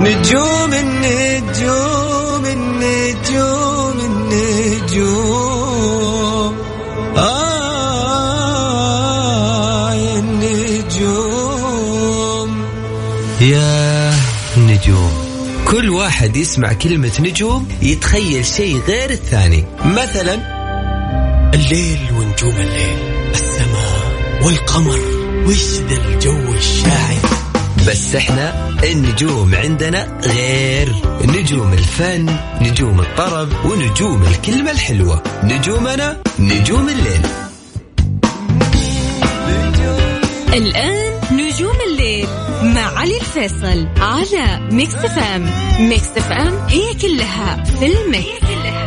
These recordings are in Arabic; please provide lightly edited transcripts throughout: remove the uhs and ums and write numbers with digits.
نجوم النجوم النجوم النجوم يا النجوم يا النجوم. كل واحد يسمع كلمة نجوم يتخيل شيء غير الثاني. مثلا الليل ونجوم الليل، السماء والقمر، وش ذا الجو الشاعر. بس احنا النجوم عندنا غير. نجوم الفن، نجوم الطرب، ونجوم الكلمة الحلوة. نجومنا نجوم الليل. الآن نجوم الليل مع علي الفيصل على ميكس فام. ميكس فام هي كلها في الميكس.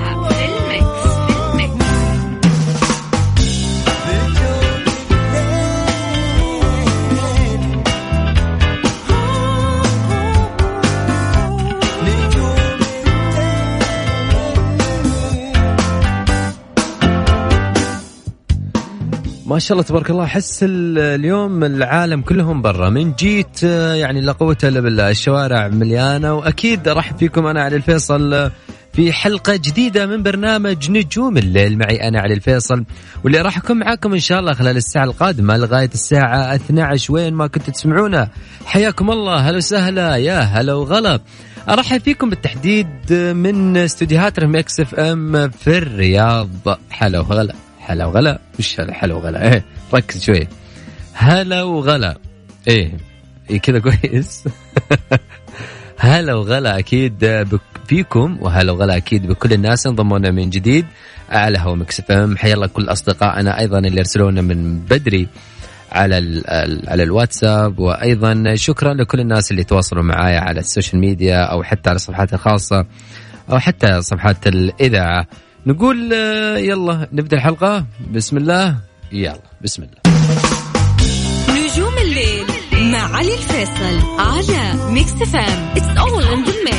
ما شاء الله تبارك الله. حس اليوم العالم كلهم برا. من جيت يعني لا قوة إلا بالله، الشوارع مليانة. وأكيد أرحب فيكم أنا علي الفيصل في حلقة جديدة من برنامج نجوم الليل. معي أنا علي الفيصل، واللي راح أكون معاكم إن شاء الله خلال الساعة القادمة لغاية الساعة 12 وين ما كنتوا تسمعونا. حياكم الله، هلا وسهلا، يا هلا وغلا. أرحب فيكم بالتحديد من استوديوهات ميكس اف ام في الرياض. هلا وغلا. هلا وغلا. وش هلا وغلا؟ ايه ركز شوي. هلا وغلا. ايه كذا كويس. هلا وغلا اكيد فيكم، وهلا وغلا اكيد بكل الناس انضمونا من جديد على هوا ميكس اف ام. حيا الله كل اصدقائنا ايضا اللي ارسلونا من بدري على الواتساب، وايضا شكرا لكل الناس اللي تواصلوا معايا على السوشيال ميديا او حتى على صفحات الخاصة او حتى صفحات الاذاعة. نقول يلا نبدأ الحلقة. بسم الله. يلا بسم الله. نجوم الليل مع علي الفيصل على ميكس فام. It's all in the mix.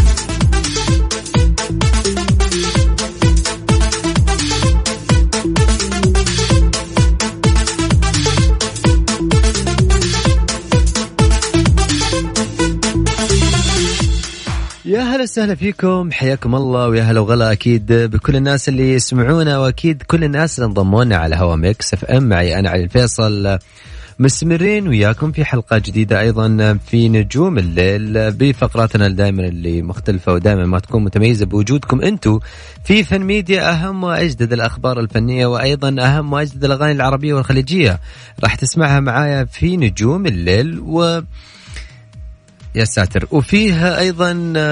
يا هلا وسهلا فيكم، حياكم الله، ويا هلا وغلا أكيد بكل الناس اللي يسمعونا، وأكيد كل الناس اللي انضمونا على هوا ميكس اف ام. معي أنا علي الفيصل، مستمرين وياكم في حلقة جديدة أيضا في نجوم الليل بفقراتنا دائما اللي مختلفة، ودائما ما تكون متميزة بوجودكم أنتوا في فن ميديا. أهم وأجدد الأخبار الفنية، وأيضا أهم وأجدد الأغاني العربية والخليجية راح تسمعها معايا في نجوم الليل. يا ساتر. وفيها أيضا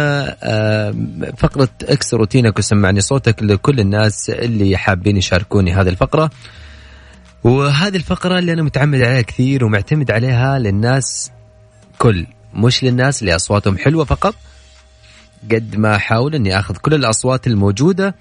فقرة اكسر روتينك وسمعني صوتك لكل الناس اللي حابين يشاركوني هذه الفقرة. وهذه الفقرة اللي أنا متعمد عليها كثير ومعتمد عليها للناس مش للناس اللي أصواتهم حلوة فقط، قد ما أحاول أني أخذ كل الأصوات الموجودة.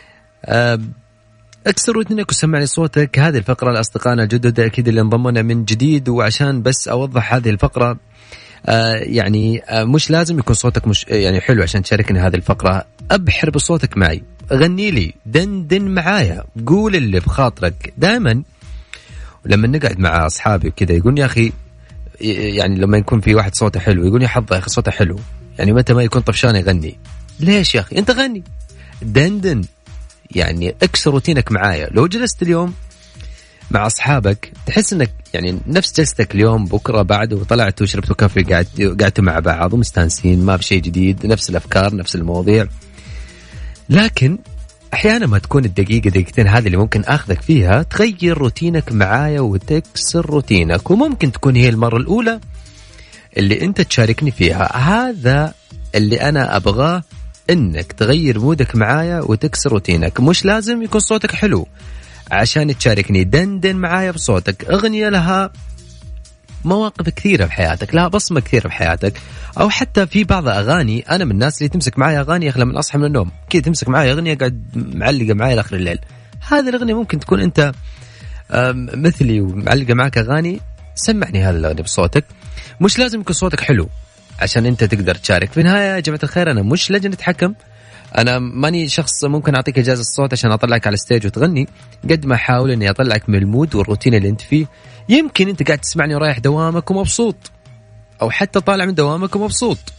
اكسر روتينك وسمعني صوتك، هذه الفقرة لأصدقائنا الجدد أكيد اللي انضمونا من جديد. وعشان بس أوضح هذه الفقرة، يعني مش لازم يكون صوتك مش يعني حلو عشان تشاركني هذه الفقرة. أبحر بصوتك معي، غني لي، دندن معايا، قول اللي بخاطرك. دائما لما نقعد مع أصحابي وكذا يقول يا أخي، يعني لما يكون في واحد صوته حلو يقول يا حظ يا أخي صوته حلو، يعني متى ما يكون طفشان يغني. ليش يا أخي أنت غني، دندن، يعني اكسر روتينك معايا. لو جلست اليوم مع أصحابك تحس أنك يعني نفس جلستك اليوم بكرة بعد، وطلعتوا وشربتوا كافي قعدتوا مع بعض ومستانسين، ما بشيء جديد، نفس الأفكار نفس المواضيع. لكن أحيانا ما تكون الدقيقة دقيقتين هذه اللي ممكن أخذك فيها تغير روتينك معايا وتكسر روتينك، وممكن تكون هي المرة الأولى اللي أنت تشاركني فيها. هذا اللي أنا أبغاه، أنك تغير مودك معايا وتكسر روتينك. مش لازم يكون صوتك حلو عشان تشاركني، دندن معايا بصوتك. أغنية لها مواقف كثيرة في حياتك، لها بصمة كثيرة في حياتك. أو حتى في بعض أغاني، أنا من الناس اللي تمسك معايا أغاني أخلى من أصحى من النوم كذا، تمسك معايا أغنية قاعد معلقة معايا لآخر الليل. هذه الأغنية ممكن تكون أنت مثلي ومعلقة معك أغاني، سمعني هذه الأغنية بصوتك. مش لازم يكون صوتك حلو عشان أنت تقدر تشارك. في النهاية يا جماعة الخير، أنا مش لجنة حكم، أنا ماني شخص ممكن أعطيك إجازة الصوت عشان أطلعك على الستيج وتغني. قد ما أحاول إني أطلعك من المود والروتين اللي أنت فيه. يمكن أنت قاعد تسمعني ورايح دوامك ومبسوط، أو حتى طالع من دوامك ومبسوط،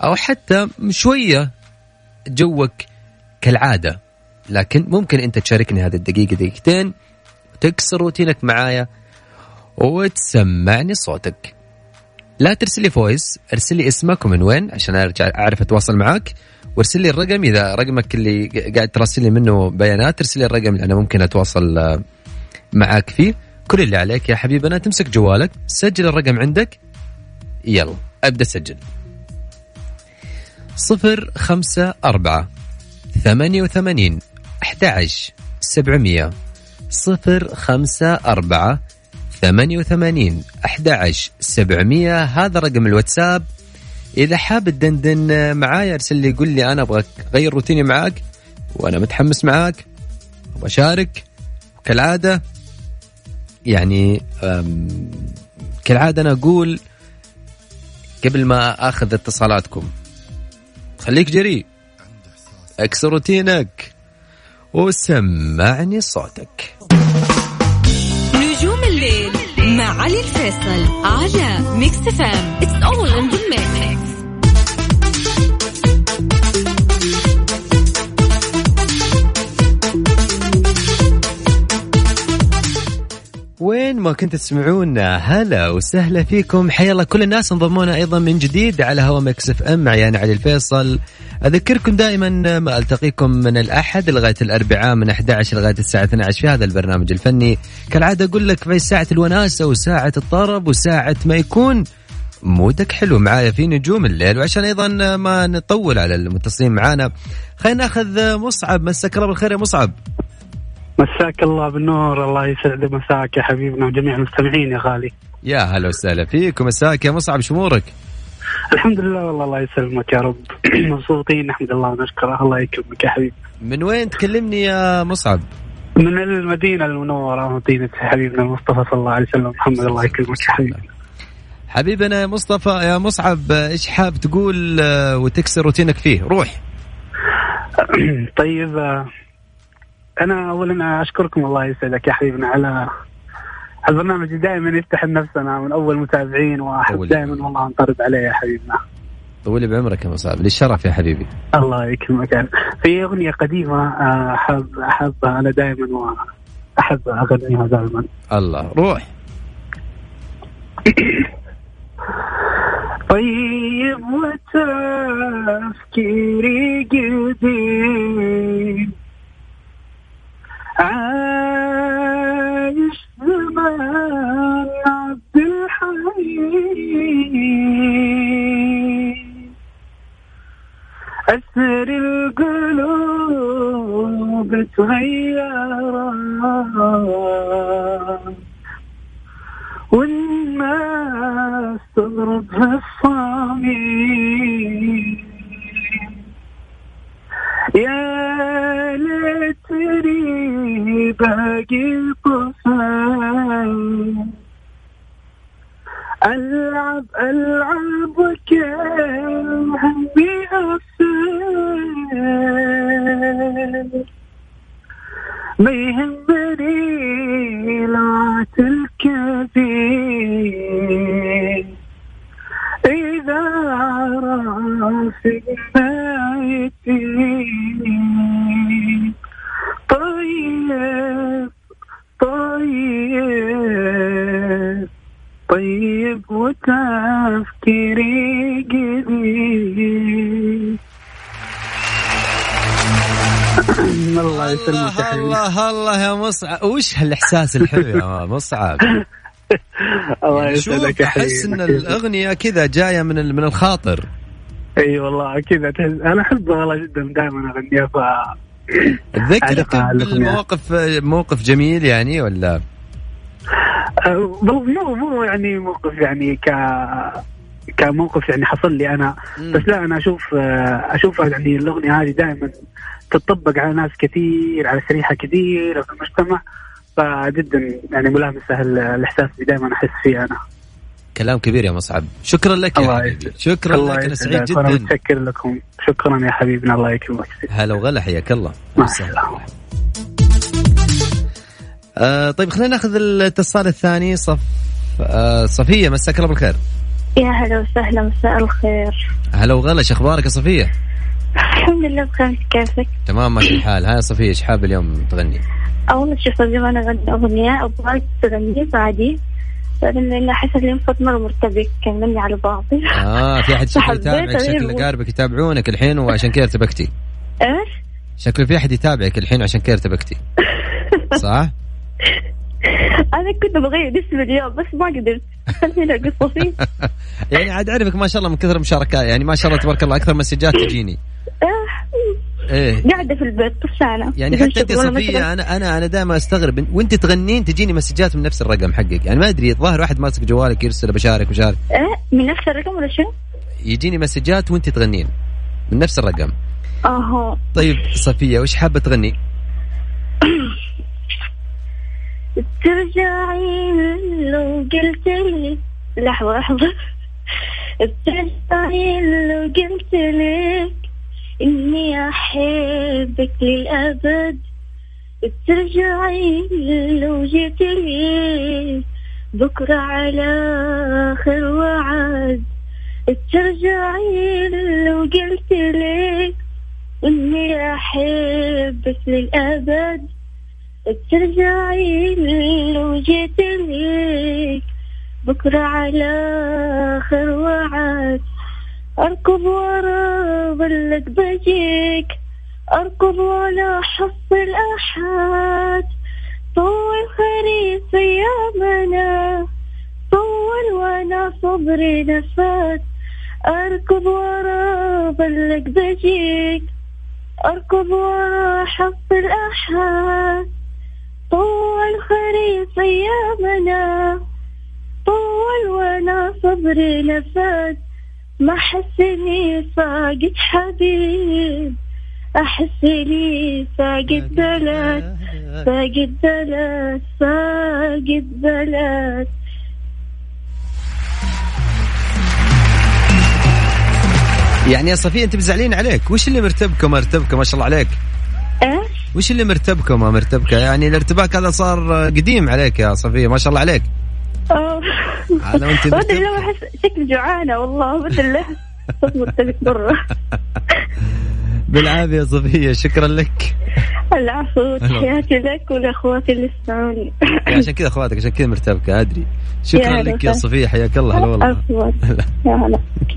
أو حتى شوية جوك كالعادة، لكن ممكن أنت تشاركني هذه الدقيقة دقيقتين وتكسر روتينك معايا وتسمعني صوتك. لا ترسلي فويس، ارسلي اسمك ومن وين عشان أرجع أعرف أتواصل معك، وارسلي الرقم إذا رقمك اللي قاعد ترسلي منه بيانات ارسلي الرقم اللي أنا ممكن أتواصل معك فيه. كل اللي عليك يا حبيبنا تمسك جوالك، سجل الرقم عندك، يلا أبدأ سجل. 054 88 11 700 054 88 11 700 هذا رقم الواتساب. إذا حاب تدندن معايا ارسل لي، قل لي أنا أبغى أغير روتيني معاك وأنا متحمس معاك وبشارك. كالعادة يعني كالعادة أنا أقول قبل ما أخذ اتصالاتكم خليك جريء، اكسر روتينك وسمعني صوتك. نجوم الليل مع علي الفيصل على ميكس فام. It's all in the mix. وين ما كنت تسمعونا هلا وسهلا فيكم، حيا الله كل الناس انضمونا ايضا من جديد على هوا ميكس اف ام معي انا علي الفيصل. اذكركم دائما ما التقيكم من الاحد لغايه الاربعاء من 11 لغايه الساعه 12 في هذا البرنامج الفني. كالعاده اقول لك في ساعه الوناسه وساعه الطرب وساعه ما يكون مودك حلو معايا في نجوم الليل. وعشان ايضا ما نطول على المتصلين معانا خلينا ناخذ مصعب. مساك الله بالخير يا مصعب. مساك الله بالنور، الله يسعد مساك يا حبيبنا وجميع المستمعين يا غالي. يا هلا وسهلا فيك ومساك يا مصعب، شمورك؟ الحمد لله والله الله يسلمك يا رب. مبسوطين نحمد الله ونشكره. الله يكرمك يا حبيبي. من وين تكلمني يا مصعب؟ من المدينة المنورة، مدينة حبيبنا المصطفى صلى الله عليه وسلم محمد. الله يكرمك يا حبيبي. حبيبنا يا مصطفى. يا مصعب ايش حاب تقول وتكسر روتينك فيه؟ روح. طيب أنا أولا أشكركم الله يسعدك يا حبيبنا على البرنامج دائما يفتح النفس. أنا من أول متابعين وأحب دائما والله أنطرد عليه يا حبيبنا. طولي بعمرك يا مصعب، للشرف يا حبيبي. الله يكرمك. في أغنية قديمة أحبها أنا دائما وأحب أغنيها دائما. الله روح. طيب وتفكيري قديم عايش زمان عبد الحليم أسر القلوب تغيرت والناس تضرب في الصميم. يا ليتني باقي طفل ألعب وكان همي أفل ما يهمني لعت الكبير إذا راسي نايتي. طيب وتفكيري قديم. الله يسلمك يا حبيبي. الله يا مصعب، وش هالإحساس الحلو يا مصعب. الله يسعدك يا حبيبي. أحس إن الأغنية كذا جاية من الخاطر. أي والله كذا أنا أحبها والله جدا دائما أغنيها. تذكرك موقف جميل يعني ولا؟ مو يعني موقف يعني كموقف يعني حصل لي أنا بس لا أنا أشوف يعني الأغنية هذه دائما تطبق على ناس كثير، على شريحة كثيرة في المجتمع، فجدا يعني ملامسة الإحساس اللي دائما أحس فيه أنا. كلام كبير يا مصعب، شكرا لك يا حبيبي. شكرا لك، أنا سعيد جدا. أنا متشكر لكم، شكرا يا حبيبنا. الله يكرمك. هلا وغلا، حياك الله. الله. طيب خلينا ناخذ الاتصال الثاني. صفية، مساك الله بالخير. يا هلا وسهلا، مساء الخير. هلا وغلا، شو اخبارك يا صفيه؟ الحمد لله بخير، كيفك؟ تمام ماشي الحال. هاي صفيه ايش حاب اليوم تغني؟ اول شوف اليوم انا اغني اغنيه ابغاك تغني بعدي، لان احس اليوم صوت مره مرتبك مني على بعضي. في احد شكله يتابعك، شكله قاربك يتابعونك الحين وعشان كذا ارتبكتي. ايش؟ شكله في احد يتابعك الحين عشان كذا ارتبكتي. صح؟ انا كنت بغير اسمي اليوم بس ما قدرت. خليني القصه فيه. يعني عاد اعرفك ما شاء الله من كثر المشاركات، يعني ما شاء الله تبارك الله اكثر مسجات تجيني. ايه قاعده في البيت طفشانه. يعني حتى انت صفيه انا دائما استغرب وانت تغنين تجيني مسجات من نفس الرقم حقك، يعني ما ادري الظاهر واحد ماسك جوالك يرسل بشارك من نفس الرقم ولا شنو؟ يجيني مسجات وانت تغنين من نفس الرقم. طيب صفيه وش حابه تغني؟ ترجعي لو قلت لي لحظه ترجعي لو قلت لك إني أحبك للأبد، ترجعي لو جيت لي بكرة على آخر وعد، ترجعي لو قلت لك إني أحبك للأبد، ترجعي لو جيت لي بكرة على آخر وعد، أركض ورا ظلك بجيك، أركض ولا حصل أحد، طول خريف أيامنا طول وأنا صبري نفات، أركض ورا ظلك بجيك، أركض ولا حصل أحد، طول خريف أيامنا طول وأنا صبري نفات، ما حسني فاقد حبيب، أحسني فاقد بلد، فاقد بلد، فاقد بلد. يعني يا صفية انت بزعلين عليك، وش اللي مرتبكه ما ارتبكه ما شاء الله عليك؟ ايش؟ وش اللي مرتبكه ما مرتبكه؟ يعني الارتباك هذا صار قديم عليك يا صفية ما شاء الله عليك. هذا وانت بدل لو احس شكل جوعانه والله بدل له صوت مرتبك برا. بالعافيه يا صفيه، شكرا لك. العفو، تحياتي لك ولاخواتي اللي يسمعوني. عشان كذا اخواتك عشان كذا مرتبكه ادري. شكرا لك يا صفيه، حياك الله. هلا والله. يا هلا.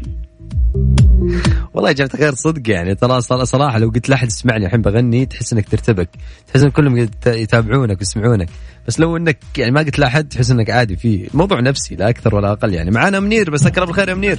والله يا جماعة غير صدق، يعني ترى صراحة لو قلت لأحد اسمعني الحين بغني تحس انك ترتبك، تحس ان كلهم يتابعونك ويسمعونك، بس لو انك يعني ما قلت لأحد تحس انك عادي، في موضوع نفسي لا اكثر ولا اقل. يعني معانا منير، بس اكرم الخير يا منير.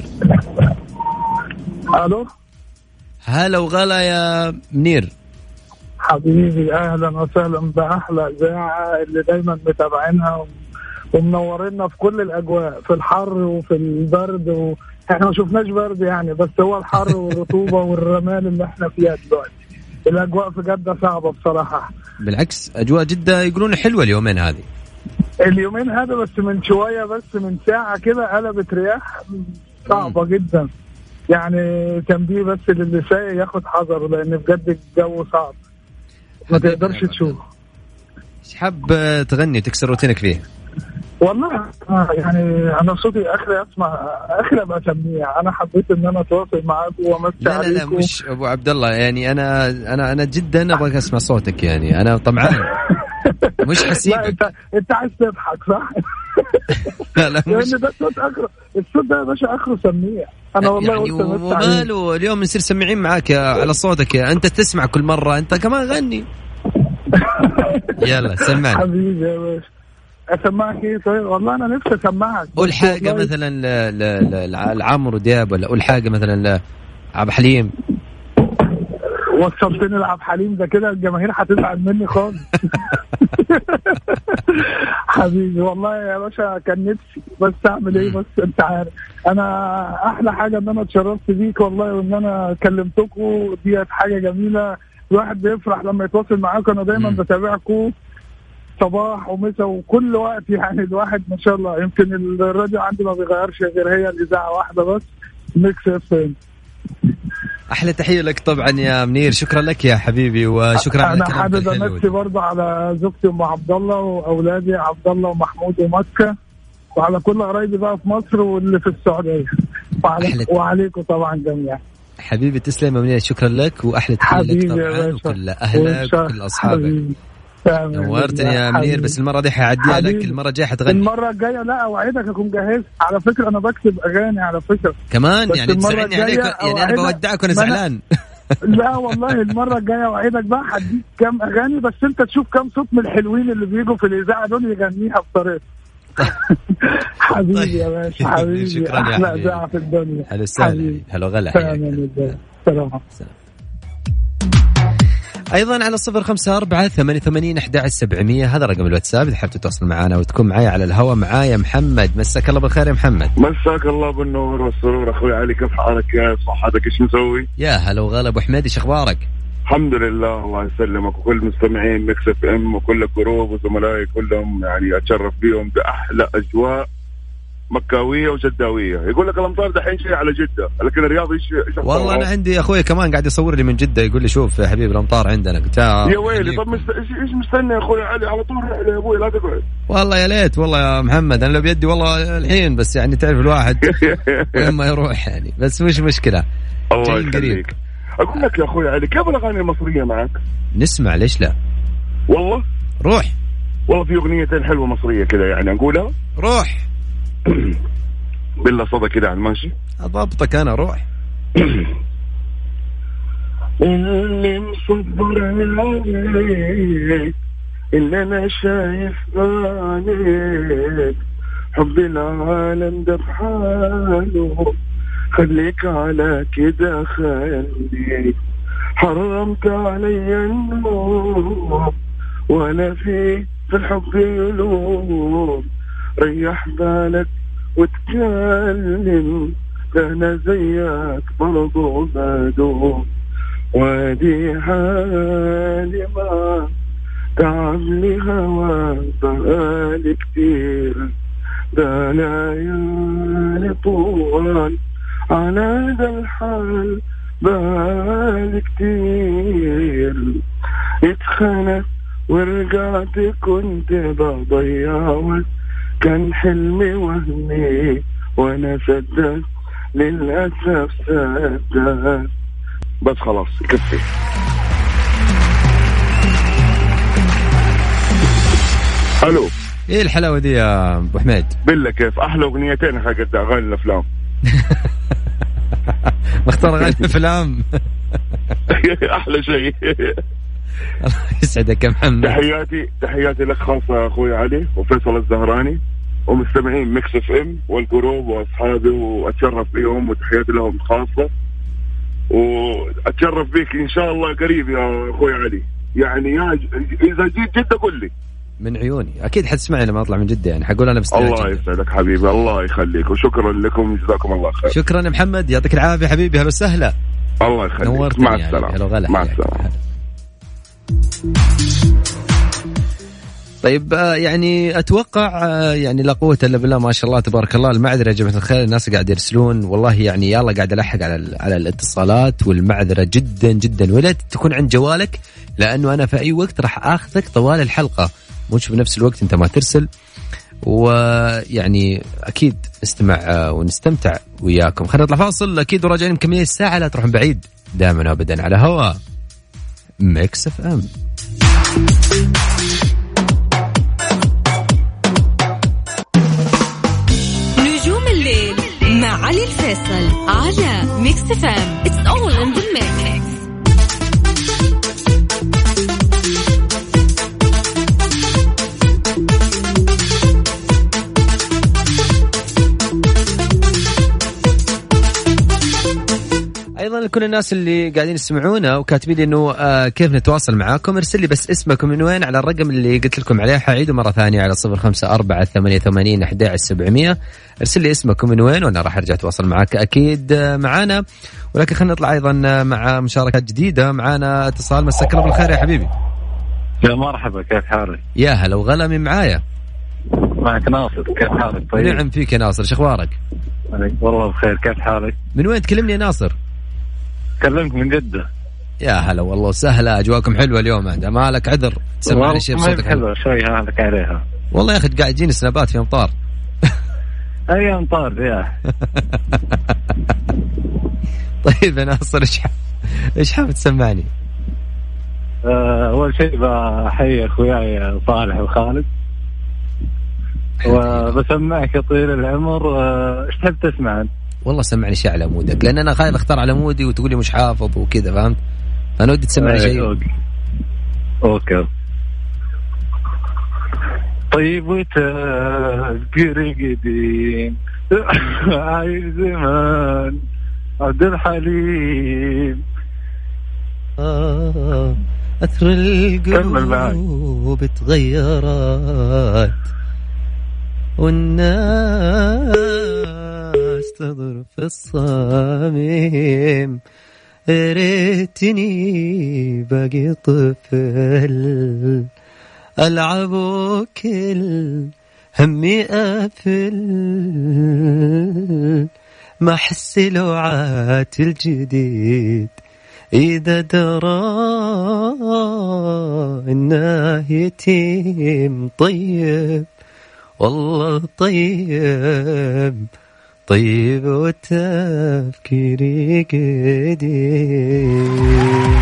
الو هلا وغلا يا منير حبيبي، اهلا وسهلا باحلى اذاعه اللي دايما متابعينها ومنورينا في كل الاجواء، في الحر وفي البرد احنا ما شفناش برد يعني، بس هو الحر والرطوبه والرمال اللي احنا فيها دلوقتي. الاجواء في جده صعبه بصراحه. بالعكس اجواء جده يقولون حلوه اليومين هذه. اليومين هذا بس من شويه، بس من ساعه كده قلبت رياح صعبه جدا. يعني تنبيه بس للي سايق ياخد حذر، لان بجد الجو صعب ما تقدرش تشوف. ايش حاب تغني وتكسر روتينك فيه؟ والله يعني انا صوتي اخري اسمع، اخري ابقى سميع. انا حبيت ان انا اتواصل معاكم وامسي عليكم. لا مش ابو عبد الله، يعني انا جدا ابغى اسمع صوتك، يعني انا طمعان مش حسيبك. انت عايز تضحك صح؟ لا مش ده صوت اخره، الصوت ده يا باشا اخره سميع. انا والله يعني وماله اليوم نصير سميعين معاك على صوتك، يا انت تسمع كل مره، انت كمان غني. يلا سمعني حبيبي يا باشا. اسمعك ايه؟ طيب والله انا نفسي اسمعك. قول حاجه مثلا لعمرو دياب، ولا قول حاجه مثلا لعبد حليم. وصلتني لعبد حليم ده كده الجماهير هتزعل مني خالص. حبيبي والله يا باشا كان نفسي، بس اعمل ايه؟ بس انت عارف انا احلى حاجه ان انا اتشرفت بيك والله، وان انا كلمتكم دي حاجه جميله. الواحد بيفرح لما يتواصل معاكم. انا دايما بتابعكم صباح ومساء وكل وقت، يعني الواحد ما شاء الله. يمكن الراديو عندي ما بيغيرش غير هي الإذاعة واحدة بس، ميكس اف ام. أحلى تحية لك طبعا يا منير، شكرا لك يا حبيبي، وشكرا على أنا حابب أمسي برضه على زوجتي أم عبد الله وأولادي عبد الله ومحمود ومكة وعلى كل قرايبي بقى في مصر واللي في السعودية وعليكم طبعا جميعا. حبيبي تسلم منير، شكرا لك وأحلى تحية لك طبعا وكل أهلك وكل أصحابك. نورتني يا منير، بس المرة دي حيعديها لك، المرة الجاية حتغني. المرة الجاية لا أوعدك أكون جاهز. على فكرة أنا بكتب أغاني على فكرة كمان، يعني تزعلني عليك يعني أنا بودعك وأنا زعلان. لا والله المرة الجاية وعيدك بقى هديك كام أغاني، بس أنت تشوف كام صوت من الحلوين اللي بيجوا في الإذاعة دول يغنيها بطريقة. حبيبي يا باشا، حبيبي شكرا يا أحلى إذاعة في الدنيا. هلا وسهلا، هلا وغلا، سلام. أيضا على 0548811700 هذا رقم الواتساب إذا حابب تتواصل معنا وتكون معي على الهواء. معايا محمد، مساك الله بالخير يا محمد. مساك الله بالنور والسرور أخوي علي، كيف حالك يا صحتك، إيش مسوي؟ يا هلا وغلا أبو حميد، إيش أخبارك؟ الحمد لله الله يسلمك وكل مستمعين ميكس اف ام وكل الجروب وزملائي كلهم، يعني أتشرف بيهم بأحلى أجواء مكاوية وجداوية. يقول لك الأمطار دحين شيء على جدة، لكن الرياض إيش والله أنا عندي أخوي كمان قاعد يصور لي من جدة، يقول لي شوف يا حبيبي الأمطار عندنا. قلت يا ويلي طب إيش مستني يا أخوي علي؟ على طول رحلة يا أبوي لا تقعد. والله يا ليت والله يا محمد، أنا لو بيدي والله الحين، بس يعني تعرف الواحد لما يروح يعني، بس مش مشكلة. الله يخليك. أقول لك يا أخوي علي، كيف الأغاني المصرية معك؟ نسمع ليش لا؟ والله روح. والله في أغنيتين حلوة مصرية كده يعني أقولها. روح. بالله صدق كده عن ماشي. أضبطك أنا، روح. اللي مصبر عليك اللي أنا شايف عليك، حب العالم ده بحاله، خليك على كده خليك، حرمت علي النوم ولا في الحب يلوم، ريح بالك وتكلم، أنا زيك برضو بدوم، وادي حالي ما تعبني هوا بقالي كتير، ده ليالي طوال على ذا الحال بقالي كتير، اتخنت ورجعت كنت بضيع وقت، كان حلمي وهمي وانا صدقت للأسف صدقت، بس خلاص كفي. الو، ايه الحلاوه دي يا ابو حميد؟ بالله كيف احلى اغنيتين حقت اغاني الافلام. مختار اغاني الافلام. احلى شيء. الله يسعدك يا محمد. تحياتي لك خاصه اخوي علي وفيصل الزهراني ومستمعين ميكس اف ام والجروب واصحابي، واتشرف بيهم وتحياتي لهم خاصه، واتشرف بيك ان شاء الله قريب يا اخوي علي. يعني اذا جيت جده قل لي. من عيوني اكيد حتسمعني لما اطلع من جده، يعني حقول انا بستنى. الله يسعدك حبيبي، الله يخليك وشكرا لكم، جزاكم الله خير. شكرا يا محمد، يعطيك العافيه حبيبي، هلا وسهلا. الله يخليك، مع السلامه. مع السلامه. طيب يعني اتوقع يعني لا قوه الا بالله، ما شاء الله تبارك الله. المعذره يا جماعه الخير، الناس قاعد يرسلون والله، يعني يلا قاعد الحق على الاتصالات، والمعذره جدا جدا، ولا تكون عند جوالك، لانه انا في اي وقت راح اخذك طوال الحلقه، مش بنفس الوقت انت ما ترسل. ويعني اكيد نستمع ونستمتع وياكم. خلينا نطلع فاصل اكيد وراجعين مكملين الساعه، لا تروحون بعيد، دائما وابدا على هوا ميكس اف ام. نجوم الليل مع علي الفيصل على ميكس اف ام. It's all in the mix. ايضا لكل الناس اللي قاعدين يسمعونا وكاتبين لي انه كيف نتواصل معاكم، ارسل لي بس اسمكم من وين على الرقم اللي قلت لكم عليه، حعيده مره ثانيه على 0548811700. ارسل لي اسمكم من وين وانا راح ارجع اتواصل معاك اكيد معانا. ولكن خلينا نطلع ايضا مع مشاركات جديده. معانا اتصال، مساك الله بالخير يا حبيبي. يا مرحبا، كيف حالك؟ يا هلا وغلا، من معايا؟ معك ناصر، كيف حالك؟ طيب نعم فيك يا ناصر، شو اخبارك؟ والله بخير، كيف حالك؟ من وين تكلمني يا ناصر؟ كلمك من جدة. يا هلا والله وسهلا، أجواكم حلوة اليوم، عندها مالك عذر تسمعني شيء بصوتك حلوة شوي هالك عليها. والله يا أخي قاعد يجيني سنابات في أمطار. أي أمطار رياح. طيب أنا أصلا إيش حاب تسمعني؟ أول شيء بحيي أخوياي صالح وخالد، وبسمعك طويل العمر. إيش تحب تسمع أنت؟ والله سمعني شيء على مودك، لأن أنا خايف أختار على مودي وتقولي مش حافظ وكذا، فهمت؟ أنا ودي تسمعني شيء. أوكي. طيب وتذكر قديم عايز زمان عبد الحليم. أثر القلوب تغيرت والناس تضرب في الصميم، ريتني باقي طفل ألعب وكل همي أفل، ما أحس لوعات الجديد إذا درى إنه يتيم. طيب والله طيب طيب وتفكيري قديم.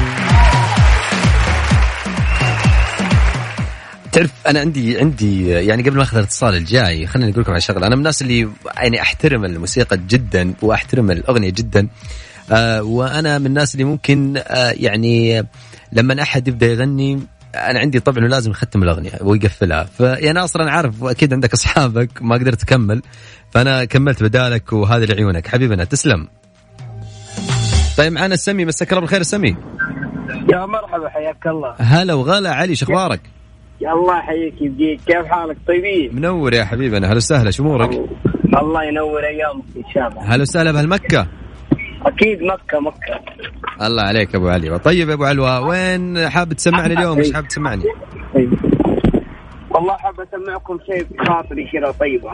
تعرف أنا عندي يعني قبل ما أخذ الاتصال الجاي خليني أقول لكم على شغلة. أنا من الناس اللي يعني أحترم الموسيقى جدا وأحترم الأغنية جدا، وأنا من الناس اللي ممكن يعني لما أحد يبدأ يغني أنا عندي طبعا لازم يختم الأغنية ويقفلها. فيعني أصلا عارف أكيد عندك أصحابك ما قدرت تكمل، فأنا كملت بدالك وهذه لعيونك حبيبنا، تسلم. طيب معنا السمي، مساك الله بالخير السمي. يا مرحبا حياك الله. هلا وغلا علي، شو أخبارك؟ يا الله حياك يبقيك، كيف حالك؟ طيبين؟ منور يا حبيبنا. هلا وسهلا، شو أمورك؟ الله ينور أيامك إن شاء الله. هلا وسهلا بهالمكة. أكيد مكة. الله عليك أبو علي. طيب أبو علوة، وين حاب تسمعني اليوم؟ إيش حاب تسمعني؟ والله حاب أسمعكم شيء بخاطري كذا. طيبة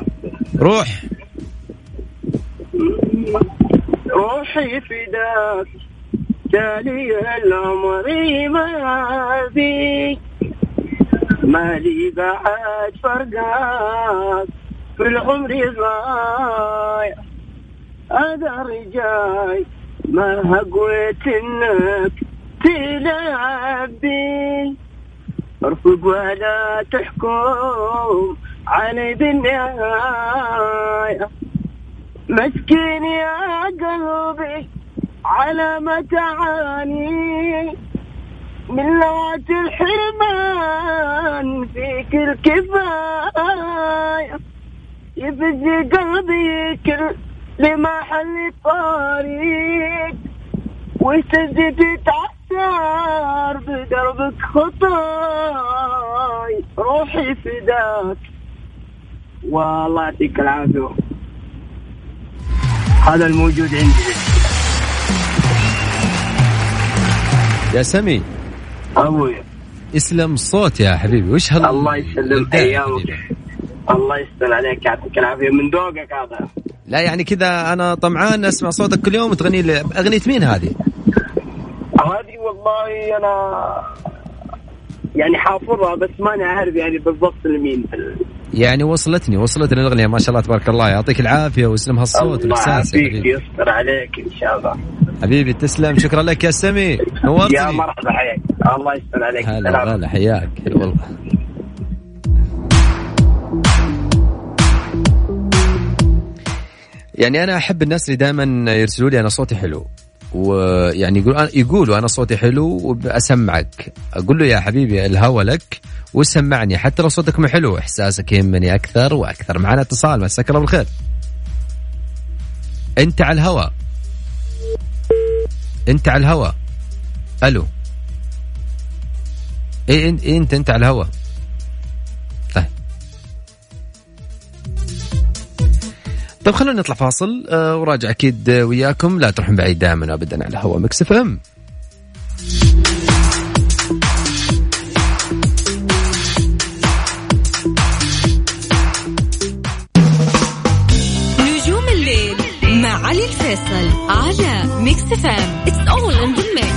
روحي فداك تالي العمر ما بيك، مالي بعد فرقاك في العمر ضايع، هذا رجاي ما هقويت انك تلعب بي، ارفق ولا تحكم علي بالنهاية، مسكين يا قلبي على ما تعاني من لوعة الحرمان فيك الكفاية، يفزي قلبي كل لما حل طريق، وتزيد تتعثر بدربك خطاي، روحي فداك والله يعطيك العافية. هذا الموجود عندي يا سمي أبوي. اسلم الصوت يا حبيبي. وش الله يسلمك أيامك، الله يستر عليك، يعطيك العافية من ذوقك هذا. لا يعني كذا أنا طمعان أسمع صوتك كل يوم وتغني لي. أغنية مين هذه؟ هذه والله أنا يعني حافظها بس ما أنا عارف يعني بالضبط لمين. يعني وصلتني الأغنية ما شاء الله تبارك الله. يعطيك العافية ويسلم هالصوت والإحساس. الله يستر عليك إن شاء الله حبيبي، تسلم. شكرا لك يا سمي، نورتني. يا مرحبا حياك، الله يستر عليك. هلا حياك والله. يعني أنا أحب الناس اللي دائما يرسلوا لي أنا صوتي حلو، ويعني يقولوا أنا صوتي حلو وأسمعك. أقول له يا حبيبي الهوى لك وسمعني، حتى لو صوتك ما حلو إحساسك يهمني أكثر وأكثر. معنا اتصال، مساك الله بالخير. أنت على الهوى، أنت على الهوى. ألو، إيه أنت على الهوى. طيب خلونا نطلع فاصل وراجع أكيد وياكم. لا تروحون بعيد، دائما أبدا على هوا ميكس اف ام. نجوم الليل مع علي الفيصل على ميكس اف ام. It's all in the mix.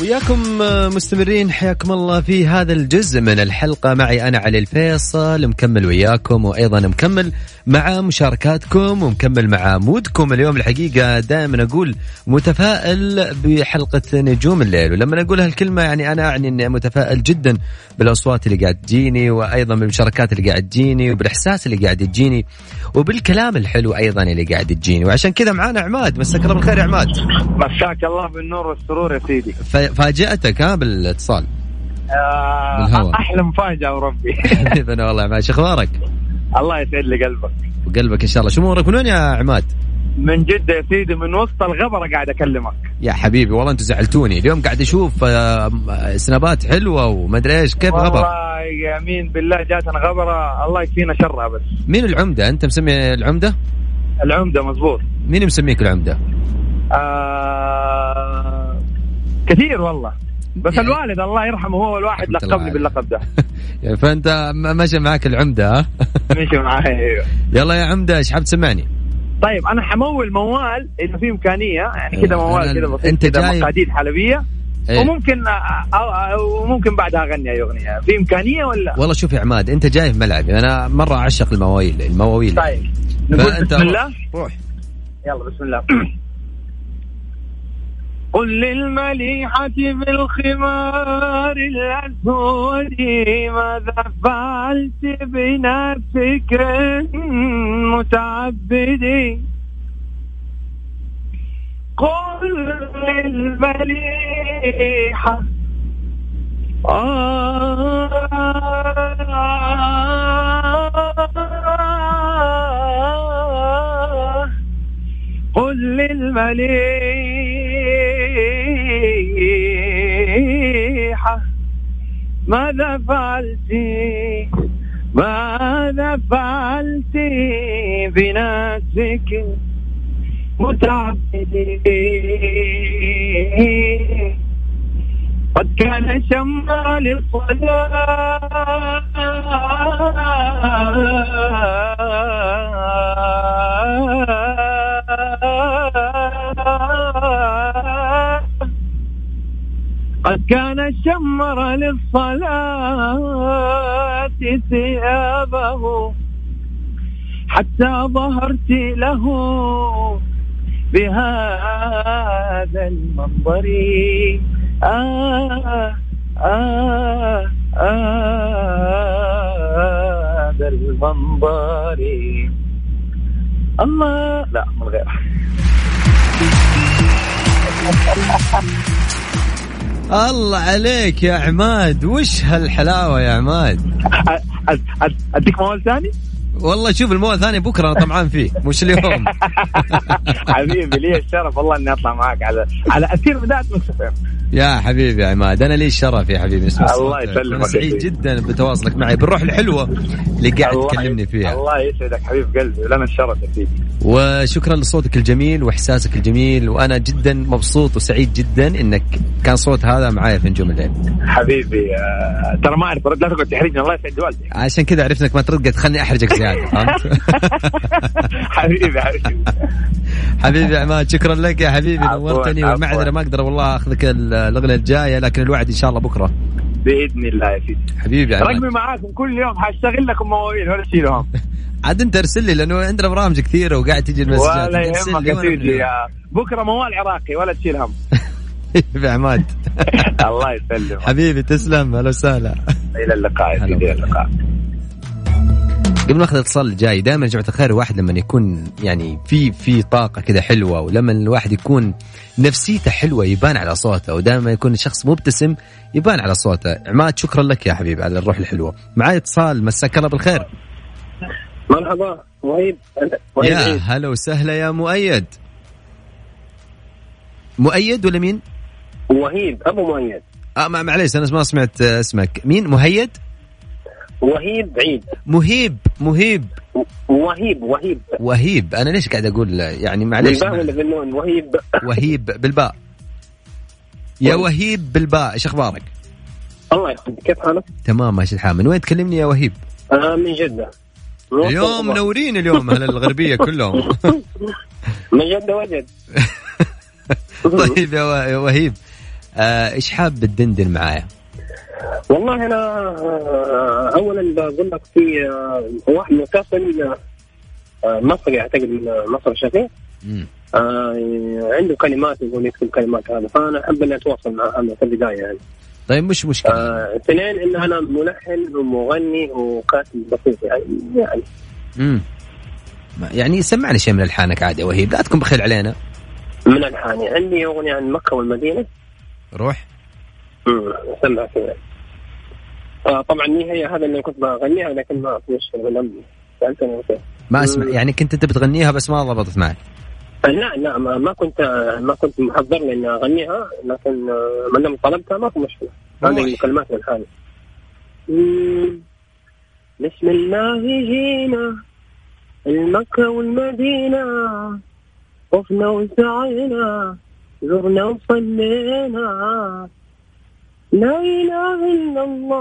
وياكم مستمرين، حياكم الله في هذا الجزء من الحلقة. معي أنا علي الفيصل، مكمل وياكم، وأيضا مكمل مع مشاركاتكم ومكمل مع مودكم. اليوم الحقيقة دائما أقول متفائل بحلقة نجوم الليل، ولما أقول هالكلمة يعني أنا أعني أني متفائل جدا بالأصوات اللي قاعد تجيني، وأيضا بالمشاركات اللي قاعد تجيني، وبالإحساس اللي قاعد تجيني، وبالكلام الحلو أيضا اللي قاعد تجيني. وعشان كذا معانا عماد. مساك الله بالخير يا عماد. مساك الله بالنور والسرور يا سيدي. فاجأتك بالاتصال بالهواء. أحلى مفاجأة وربي. حبيبنا والله يا عماد، شو أخبارك؟ الله يسعد لي قلبك وقلبك إن شاء الله. شو أمورك؟ من وين يا عماد؟ من جدة يا سيدي، من وسط الغبرة قاعد أكلمك يا حبيبي. والله أنتوا زعلتوني اليوم، قاعد أشوف سنابات حلوة وما أدري إيش. كيف غبرة؟ والله يمين بالله جاتنا غبرة، الله يكفينا شرها. بس مين العمدة؟ أنت مسمي العمدة؟ العمدة مزبوط. مين مسميك العمدة؟ كثير والله، بس يعني الوالد الله يرحمه هو الواحد لقبني باللقب ده. يعني فأنت ماشي معك العمدة؟ ماشي معي. يلا يا عمدة، إيش حاب تسمعني؟ طيب أنا حمول موال إذا فيه إمكانية، يعني كده موال كده بسيط، أنت كده جاي مقادير حلبية. إيه؟ وممكن بعدها أغني أي أغنية. في إمكانية ولا؟ والله شوف يا عماد، أنت جاي في ملعبي، أنا مرة أعشق المواويل. طيب نقول بسم الله. روح يلا بسم الله. قل للمليحة بالخمار الأسود ماذا فعلت بنفسك متعبدي. قل للمليحة قل للمليحة ماذا فعلت بنفسك متعبدي. قد كان شمع للصلاة قد كان الشمر للصلاة ثيابه حتى ظهرت له بهذا المنظر. هذا المنظر. الله لا من غيره. الله عليك يا عماد، وش هالحلاوة يا عماد. أديك موال ثاني؟ والله شوف الموال ثاني بكرة أنا طمعان فيه، مش اليوم. حبيبي لي الشرف والله إني أطلع معك على أثير بداية مكسفين. يا حبيبي يا عماد، أنا لي الشرف يا حبيبي. الله يسلمك. أنا سعيد جدا بتواصلك معي بالروح الحلوة اللي قاعد تكلمني فيها. الله يسعدك حبيب قلبي، لنا الشرف يا سيدي. وشكرا لصوتك الجميل وإحساسك الجميل، وأنا جدا مبسوط وسعيد جدا إنك كان صوت هذا معايا في نجوم الليل. حبيبي ترى ما أعرف رد، لا تقعد تحرجني، الله يسعد والدي. عشان كذا عرفت إنك ما ترد، تخلني أحرجك زيادة. فهمت؟ حبيبي حبيبي يا عماد، شكرا لك يا حبيبي، نورتني. والمعذرة ما أقدر والله أخذك الأغنية الجاية، لكن الوعد إن شاء الله بكرة بإذن الله يا سيدي. حبيبي يا عماد، رقمي معاكم كل يوم، حاشتغل لكم مواويل ولا تشيلهم. عاد أنت أرسل لي، لأنه عندنا برامج كثيرة وقاعد تجي المسجات. ولا يهمك يا سيدي، بكرة موال عراقي ولا تشيل هم. حبيبي عماد. الله يسلمك حبيبي، تسلم. هلا وسهلا. إلى اللقاء يا سيدي. إلى اللقاء. قبل ما اخذ اتصال الجاي، دائما يا جماعه الخير الواحد لما يكون يعني في طاقه كذا حلوه، ولما الواحد يكون نفسيته حلوه يبان على صوته، ودائما يكون الشخص مبتسم يبان على صوته. عماد شكرا لك يا حبيبي على الروح الحلوه. معي اتصال، مساك الله بالخير. مرحبا مؤيد. يا هلا وسهلا يا مؤيد. مؤيد ولا مين؟ وهيب ابو مؤيد. معليش انا ما سمعت اسمك. مين؟ مهيد؟ وهيب عيد. مهيب وهيب. أنا ليش قاعد أقول يعني معليش؟ بالباء ولا بالنون؟ وهيب بالباء. يا وهيب بالباء، إيش أخبارك؟ الله يخليك، كيف حالك؟ تمام ماشي الحال. من وين تكلمني يا وهيب؟ من جدة. اليوم منورين اليوم أهل الغربية كلهم. من جدة وجد. طيب يا وهيب، إيش حاب تدندن معايا؟ والله أنا أولا بقول لك في واحد متصل مصري أعتقد من مصر الشقيق عنده كلمات يقول يكتب كلمات هذا، فأنا أحب أن أتواصل معه في البداية يعني. طيب مش مشكلة. اثنين إن أنا ملحن ومغني وكاتب بسيط يعني. يعني سمعني شيء من ألحانك عادي وهيب، لا تكون بخيل علينا. من ألحاني عندي أغنية عن مكة والمدينة. روح. سمعك يعني. طبعا هي هذا اللي كنت بغنيها لكن ما فيش سألتني ما أسمع يعني كنت أنت بتغنيها بس ما ضبطت معك. لا ما كنت محضر لي إني أغنيها، لكن من لما طلبتها ما في مشكلة. هذه الكلمات من حالي. بسم الله جينا المكة والمدينة، طفنا وسعينا زرنا وصلينا، لا إله إلا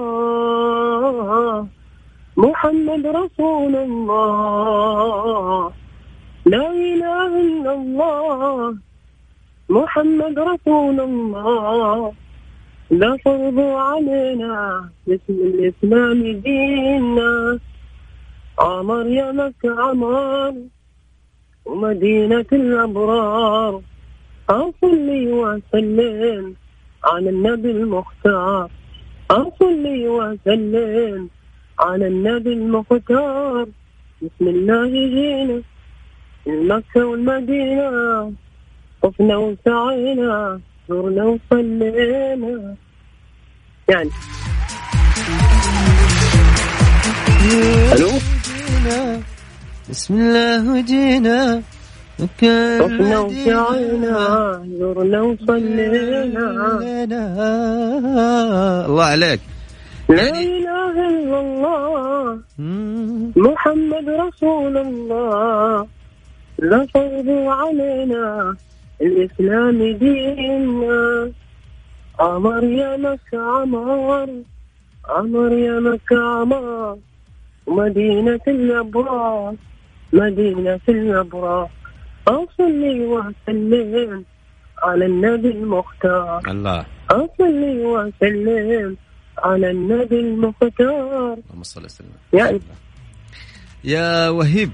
الله محمد رسول الله، لا إله إلا الله محمد رسول الله، لا فرض علينا باسم الإسلام ديننا، عمر يا مكة عمر ومدينة الأبرار، أصلي وسلم على النبي المختار، أصلي وسلم على النبي المختار، بسم الله جينا المكة والمدينة، طفنا وسعينا زرنا وصلينا يعني. ألو بسم الله وجينا طفنا وسعينا زرنا وصلينا. الله عليك. لا إله إلا الله محمد رسول الله، لا فرض علينا الإسلام ديننا، عمر يا مكة عمر، عمر يا مكة عمر ومدينة الأبرار، مدينة الأبرار، أصلي وسلم على النبي المختار، الله أصلي وسلم على النبي المختار، اللهم صل وسلم يعني. يا وهيب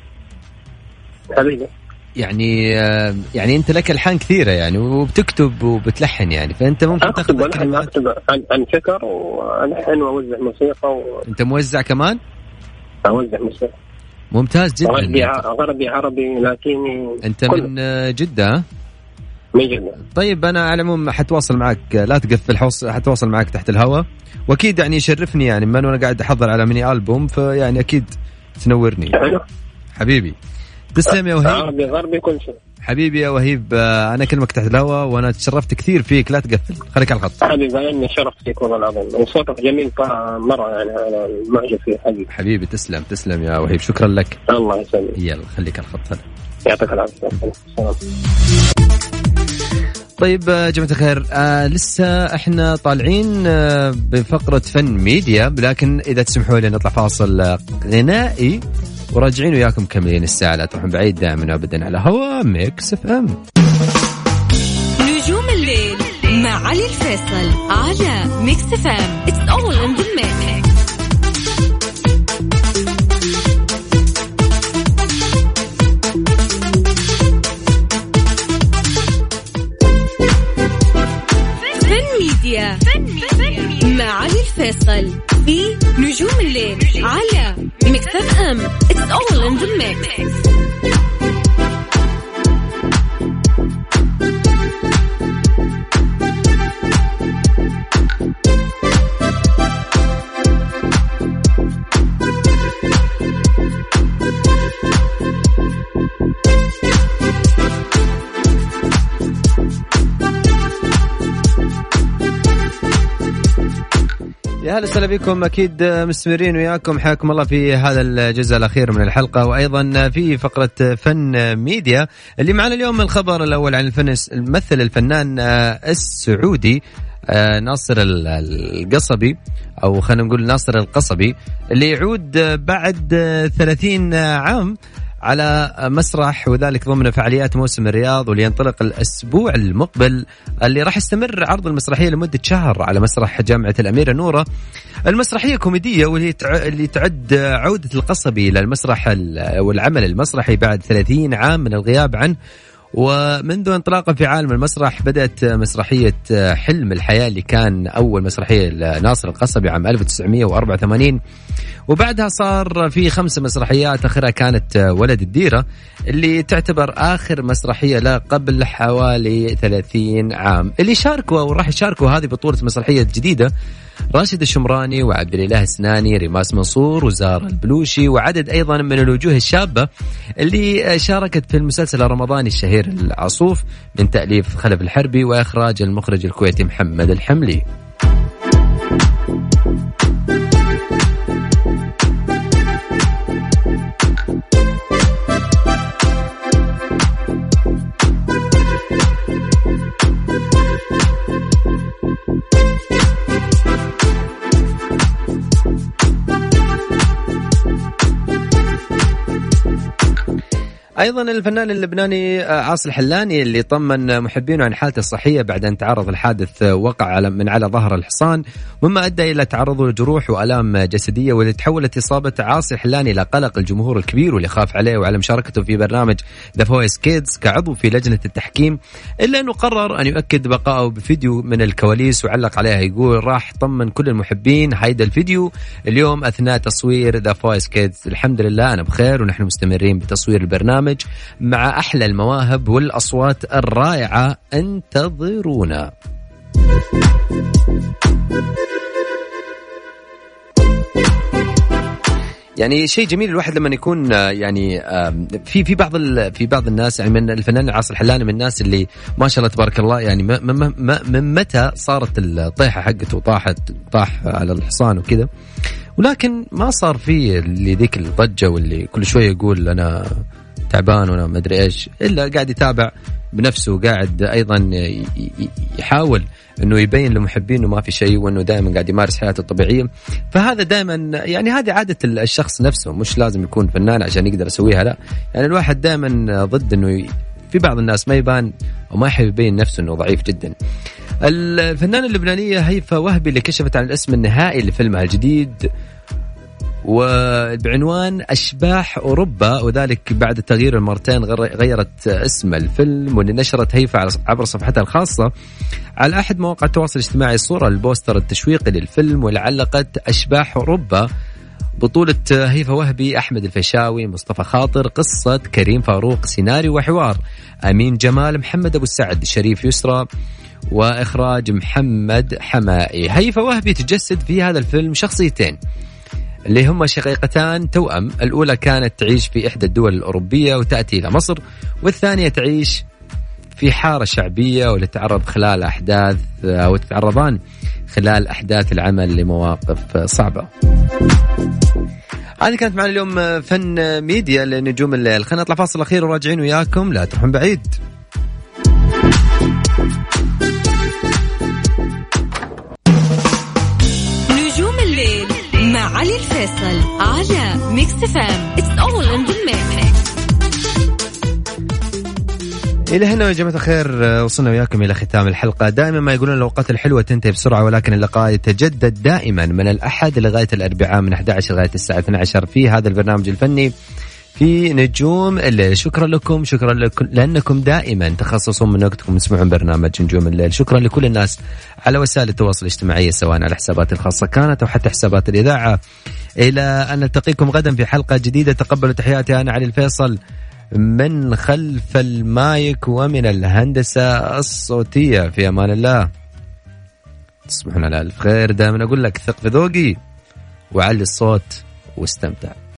حبيبي يعني أنت لك ألحان كثيرة يعني وبتكتب وبتلحن يعني، فأنت ممكن أكتب عن فكر وألحن وأوزع موسيقى أنت موزع كمان؟ أوزع موسيقى. ممتاز جدا. غربي عربي لاتيني. أنت من جدة؟ من جدة. طيب أنا على العموم حتواصل معك، لا تقفل، حتواصل معك تحت الهواء، وأكيد يعني يشرفني يعني من وأنا قاعد أحضر على ميني ألبوم، فيعني أكيد تنورني حبيبي. تسلم يا وهيب. عربي غربي كل شيء حبيبي يا وهيب. أنا كلمك تحت الهواء وأنا تشرفت كثير فيك، لا تقفل، خليك على الخط. حبيبي أنا شرفت فيك والله العظيم، وصوتك جميل مرة يعني، أنا معجب فيه حبيبي. حبيبي تسلم يا وهيب، شكرا لك. الله يسلمك. يلا خليك على الخط. يعطيك العافية. طيب جماعة الخير، لسه احنا طالعين بفقرة فن ميديا، لكن إذا تسمحوا لي نطلع فاصل غنائي وراجعين وياكم كملين الساعة، لا تروحون بعيد، دائما أبدا على هوا ميكس اف ام. نجوم الليل مع علي الفيصل على ميكس اف ام. It's all in the mix. مع علي الفيصل في نجوم الليل على ميكس اف ام. It's all in the mix. يا هلا وسهلا بكم، أكيد مستمرين وياكم، حياكم الله في هذا الجزء الأخير من الحلقة، وأيضا في فقرة فن ميديا. اللي معنا اليوم الخبر الأول عن الممثل الفنان السعودي ناصر القصبي، أو خلينا نقول ناصر القصبي، اللي يعود بعد 30 عام على مسرح، وذلك ضمن فعاليات موسم الرياض، واللي ينطلق الأسبوع المقبل اللي راح يستمر عرض المسرحية لمدة شهر على مسرح جامعة الأميرة نورة. المسرحية كوميدية واللي تعد عودة القصبي للمسرح والعمل المسرحي بعد 30 عام من الغياب عنه. ومنذ انطلاقه في عالم المسرح بدأت مسرحية حلم الحياة اللي كان أول مسرحية لناصر القصبي عام 1984، وبعدها صار في 5 مسرحيات، آخرها كانت ولد الديرة اللي تعتبر آخر مسرحية له قبل حوالي 30 عام. اللي شاركوا وراح يشاركوا هذه بطولة مسرحية جديدة راشد الشمراني وعبد الإله السناني، ريماس منصور وزارة البلوشي، وعدد أيضا من الوجوه الشابة اللي شاركت في المسلسل الرمضاني الشهير العصوف من تأليف خلف الحربي وإخراج المخرج الكويتي محمد الحملي. أيضا الفنان اللبناني عاصي الحلاني اللي طمن محبينه عن حالته الصحية بعد أن تعرض الحادث وقع من على ظهر الحصان، مما أدى إلى تعرضه لجروح وآلام جسدية، واللي تحولت إصابة عاصي الحلاني إلى قلق الجمهور الكبير واللي خاف عليه وعلى مشاركته في برنامج The Voice Kids كعضو في لجنة التحكيم، إلا أنه قرر أن يؤكد بقائه بفيديو من الكواليس وعلق عليها يقول راح طمن كل المحبين هيدا الفيديو اليوم أثناء تصوير The Voice Kids، الحمد لله أنا بخير ونحن مستمرين بتصوير البرنامج مع أحلى المواهب والأصوات الرائعة، انتظرونا. يعني شيء جميل الواحد لما يكون يعني في بعض الناس، يعني من الفنان عاصي الحلاني من الناس اللي ما شاء الله تبارك الله، يعني من متى صارت الطيحة حقته طاح على الحصان وكذا، ولكن ما صار فيه اللي ذيك الضجة واللي كل شوية يقول أنا تعبان وانا ما ادري ايش، الا قاعد يتابع بنفسه، قاعد ايضا يحاول انه يبين لمحبينه ما في شيء، وانه دائما قاعد يمارس حياته الطبيعيه. فهذا دائما يعني هذه عاده الشخص نفسه، مش لازم يكون فنان عشان يقدر يسويها، لا يعني الواحد دائما ضد انه في بعض الناس ما يبان او ما يحب يبين نفسه انه ضعيف جدا. الفنانه اللبنانيه هيفا وهبي اللي كشفت عن الاسم النهائي لفيلمها الجديد وبعنوان أشباح أوروبا، وذلك بعد التغيير المرتين غيرت اسم الفيلم، واللي نشرت هيفا عبر صفحتها الخاصة على أحد مواقع التواصل الاجتماعي صورة البوستر التشويقي للفيلم، واللي علقت أشباح أوروبا بطولة هيفا وهبي، أحمد الفيشاوي، مصطفى خاطر، قصة كريم فاروق، سيناريو وحوار أمين جمال، محمد أبو السعد، شريف يسرى، وإخراج محمد حمائي. هيفا وهبي تجسد في هذا الفيلم شخصيتين اللي هم شقيقتان توأم، الأولى كانت تعيش في إحدى الدول الأوروبية وتأتي إلى مصر، والثانية تعيش في حارة شعبية ولتتعرض خلال أحداث أو تتعرضان خلال أحداث العمل لمواقف صعبة. هذه كانت معنا اليوم فن ميديا لنجوم الليل. خلينا نطلع فاصل أخير وراجعين وياكم، لا تروحون بعيد. نجوم الليل مع علي الفيصل على ميكس فام. It's all in the mix. إلى هنا يا جماعة الخير وصلنا وياكم إلى ختام الحلقة. دائما ما يقولون الأوقات الحلوة تنتهي بسرعة، ولكن اللقاء يتجدد دائما من الأحد لغاية الأربعاء من 11 لغاية الساعة 12 في هذا البرنامج الفني في نجوم الليل. شكرا لكم لأنكم دائما تخصصون من وقتكم تسمعون برنامج نجوم الليل. شكرا لكل الناس على وسائل التواصل الاجتماعي سواء على حسابات الخاصة كانت أو حتى حسابات الإذاعة. إلى أن نلتقيكم غدا في حلقة جديدة. تقبلوا تحياتي أنا علي الفيصل من خلف المايك ومن الهندسة الصوتية. في أمان الله، تصبحون على ألف خير. دائما أقول لك ثق في ذوقي وعلي الصوت واستمتع.